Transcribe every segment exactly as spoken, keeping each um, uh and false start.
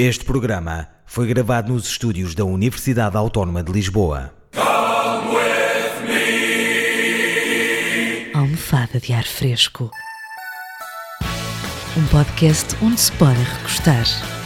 Este programa foi gravado nos estúdios da Universidade Autónoma de Lisboa. Come with me. Almofada de ar fresco. Um podcast onde se pode recostar.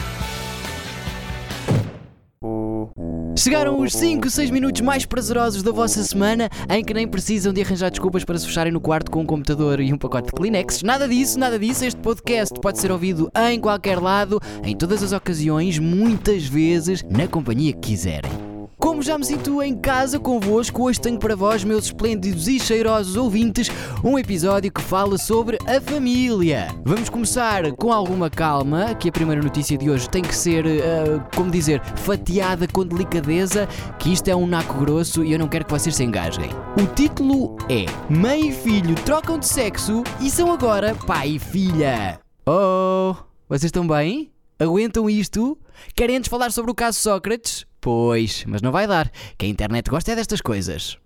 Chegaram os cinco, seis minutos mais prazerosos da vossa semana, em que nem precisam de arranjar desculpas para se fecharem no quarto com um computador e um pacote de Kleenex. Nada disso, nada disso. Este podcast pode ser ouvido em qualquer lado, em todas as ocasiões, muitas vezes, na companhia que quiserem. Como já me sinto em casa convosco, hoje tenho para vós, meus esplêndidos e cheirosos ouvintes, um episódio que fala sobre a família. Vamos começar com alguma calma, que a primeira notícia de hoje tem que ser, uh, como dizer, fatiada com delicadeza, que isto é um naco grosso e eu não quero que vocês se engasguem. O título é Mãe e filho trocam de sexo e são agora pai e filha. Oh, vocês estão bem? Aguentam isto? Querem antes falar sobre o caso Sócrates? Pois, mas não vai dar, que a internet gosta é destas coisas.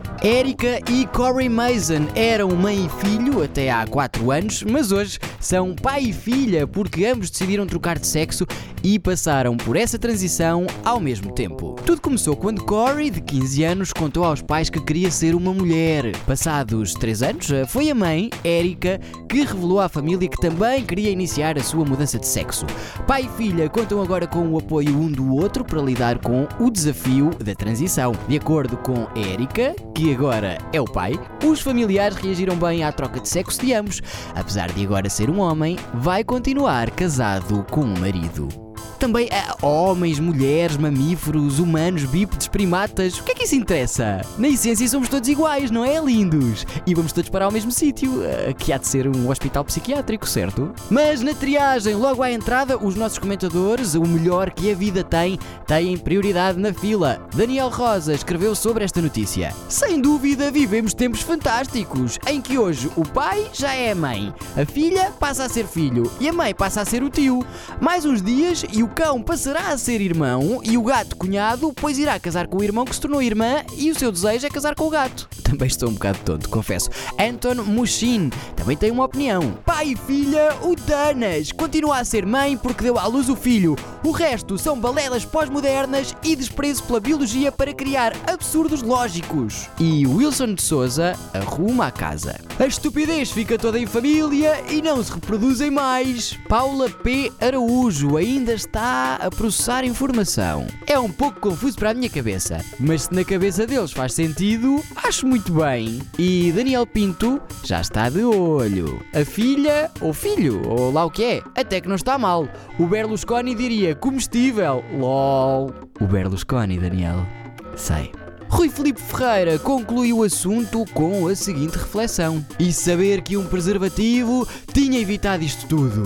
Erica e Corey Mason eram mãe e filho até há quatro anos, mas hoje são pai e filha porque ambos decidiram trocar de sexo e passaram por essa transição ao mesmo tempo. Tudo começou quando Corey, de quinze anos, contou aos pais que queria ser uma mulher. Passados três anos, foi a mãe, Erica, que revelou à família que também queria iniciar a sua mudança de sexo. Pai e filha contam agora com o apoio um do outro para lidar com o desafio da transição. De acordo com Erica, que agora é o pai, os familiares reagiram bem à troca de sexo de ambos. Apesar de agora ser um homem, vai continuar casado com um marido. Também há homens, mulheres, mamíferos, humanos, bípedes, primatas. O que é que isso interessa? Na essência somos todos iguais, não é, lindos? E vamos todos para o mesmo sítio, que há de ser um hospital psiquiátrico, certo? Mas na triagem, logo à entrada, os nossos comentadores, o melhor que a vida tem, têm prioridade na fila. Daniel Rosa escreveu sobre esta notícia. Sem dúvida, vivemos tempos fantásticos, em que hoje o pai já é a mãe, a filha passa a ser filho e a mãe passa a ser o tio. Mais uns dias e o cão passará a ser irmão e o gato cunhado, pois irá casar com o irmão que se tornou irmã e o seu desejo é casar com o gato. Também estou um bocado tonto, confesso. Anton Mushin também tem uma opinião. Pai e filha, o Danas continua a ser mãe porque deu à luz o filho. O resto são balelas pós-modernas e desprezo pela biologia para criar absurdos lógicos. E Wilson de Souza arruma a casa. A estupidez fica toda em família e não se reproduzem mais. Paula P. Araújo ainda está a processar informação. É um pouco confuso para a minha cabeça, mas se na cabeça deles faz sentido, acho muito bem. E Daniel Pinto já está de olho. A filha, ou filho, ou lá o que é, até que não está mal. O Berlusconi diria comestível. LOL. O Berlusconi, Daniel. Sei. Rui Filipe Ferreira conclui o assunto com a seguinte reflexão. E saber que um preservativo tinha evitado isto tudo.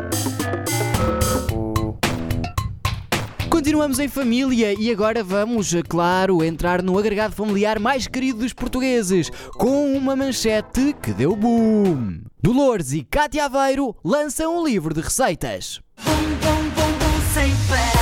Continuamos em família e agora vamos, claro, entrar no agregado familiar mais querido dos portugueses, com uma manchete que deu boom. Dolores e Cátia Aveiro lançam um livro de receitas. Bum, bum, bum, bum, sem parar.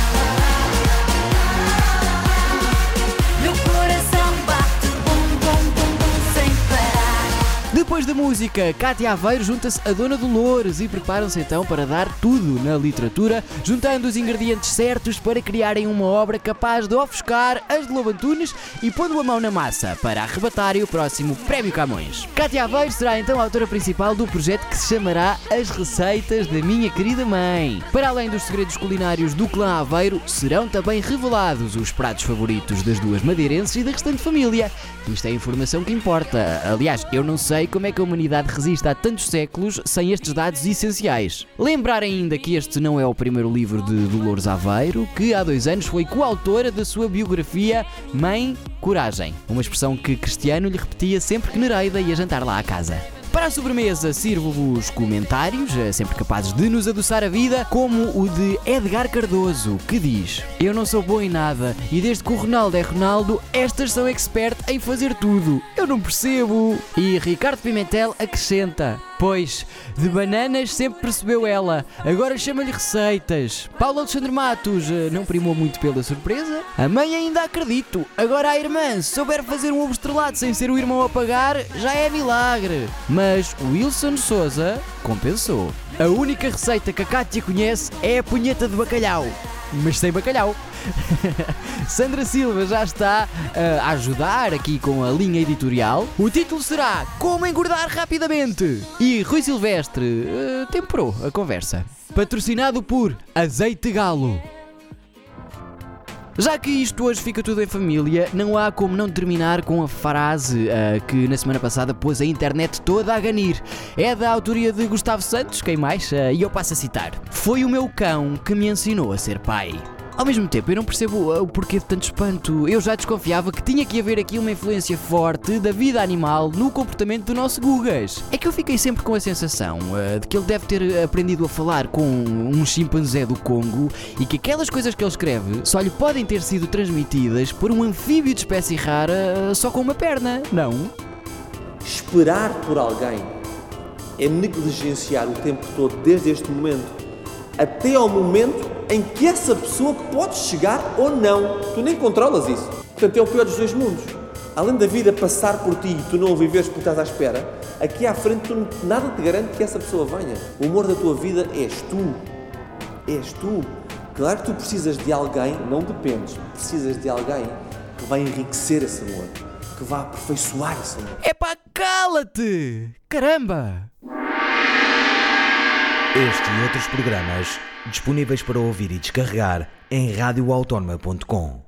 Meu coração bate. Bum, bum, bum, bum, sem parar. Depois da música, Cátia Aveiro junta-se a Dona Dolores e preparam-se então para dar tudo na literatura, juntando os ingredientes certos para criarem uma obra capaz de ofuscar as de Lobo Antunes e pondo a mão na massa para arrebatarem o próximo Prémio Camões. Cátia Aveiro será então a autora principal do projeto que se chamará As Receitas da Minha Querida Mãe. Para além dos segredos culinários do clã Aveiro, serão também revelados os pratos favoritos das duas madeirenses e da restante família. Isto é a informação que importa. Aliás, eu não sei como é que a humanidade resiste há tantos séculos sem estes dados essenciais. Lembrar ainda que este não é o primeiro livro de Dolores Aveiro, que há dois anos foi coautora da sua biografia Mãe, Coragem, uma expressão que Cristiano lhe repetia sempre que Nereida ia jantar lá à casa. Para a sobremesa, sirvo-vos comentários, sempre capazes de nos adoçar a vida, como o de Edgar Cardoso, que diz: eu não sou bom em nada e desde que o Ronaldo é Ronaldo, estas são expert em fazer tudo. Eu não percebo. E Ricardo Pimentel acrescenta: pois, de bananas sempre percebeu ela, agora chama-lhe receitas. Paulo Alexandre Matos não primou muito pela surpresa. A mãe ainda acredito, agora a irmã, se souber fazer um ovo estrelado sem ser o irmão a pagar, já é milagre. Mas Wilson Souza compensou. A única receita que a Cátia conhece é a punheta de bacalhau, mas sem bacalhau. Sandra Silva já está uh, a ajudar aqui com a linha editorial. O título será Como Engordar Rapidamente. E Rui Silvestre uh, temperou a conversa. Patrocinado por Azeite Galo. Já que isto hoje fica tudo em família, não há como não terminar com a frase uh, que na semana passada pôs a internet toda a ganir. É da autoria de Gustavo Santos, quem mais? Uh, e eu passo a citar. Foi o meu cão que me ensinou a ser pai. Ao mesmo tempo, eu não percebo o porquê de tanto espanto. Eu já desconfiava que tinha que haver aqui uma influência forte da vida animal no comportamento do nosso Gugas. É que eu fiquei sempre com a sensação uh, de que ele deve ter aprendido a falar com um chimpanzé do Congo e que aquelas coisas que ele escreve só lhe podem ter sido transmitidas por um anfíbio de espécie rara uh, só com uma perna, não? Esperar por alguém é negligenciar o tempo todo, desde este momento até ao momento em que essa pessoa pode chegar ou não. Tu nem controlas isso. Portanto, é o pior dos dois mundos. Além da vida passar por ti e tu não o viveres porque estás à espera, aqui à frente tu, nada te garante que essa pessoa venha. O amor da tua vida és tu. És tu. Claro que tu precisas de alguém, não dependes, precisas de alguém que vai enriquecer esse amor, que vai aperfeiçoar esse amor. Epá, cala-te! Caramba! Este e outros programas disponíveis para ouvir e descarregar em radio autónoma ponto com.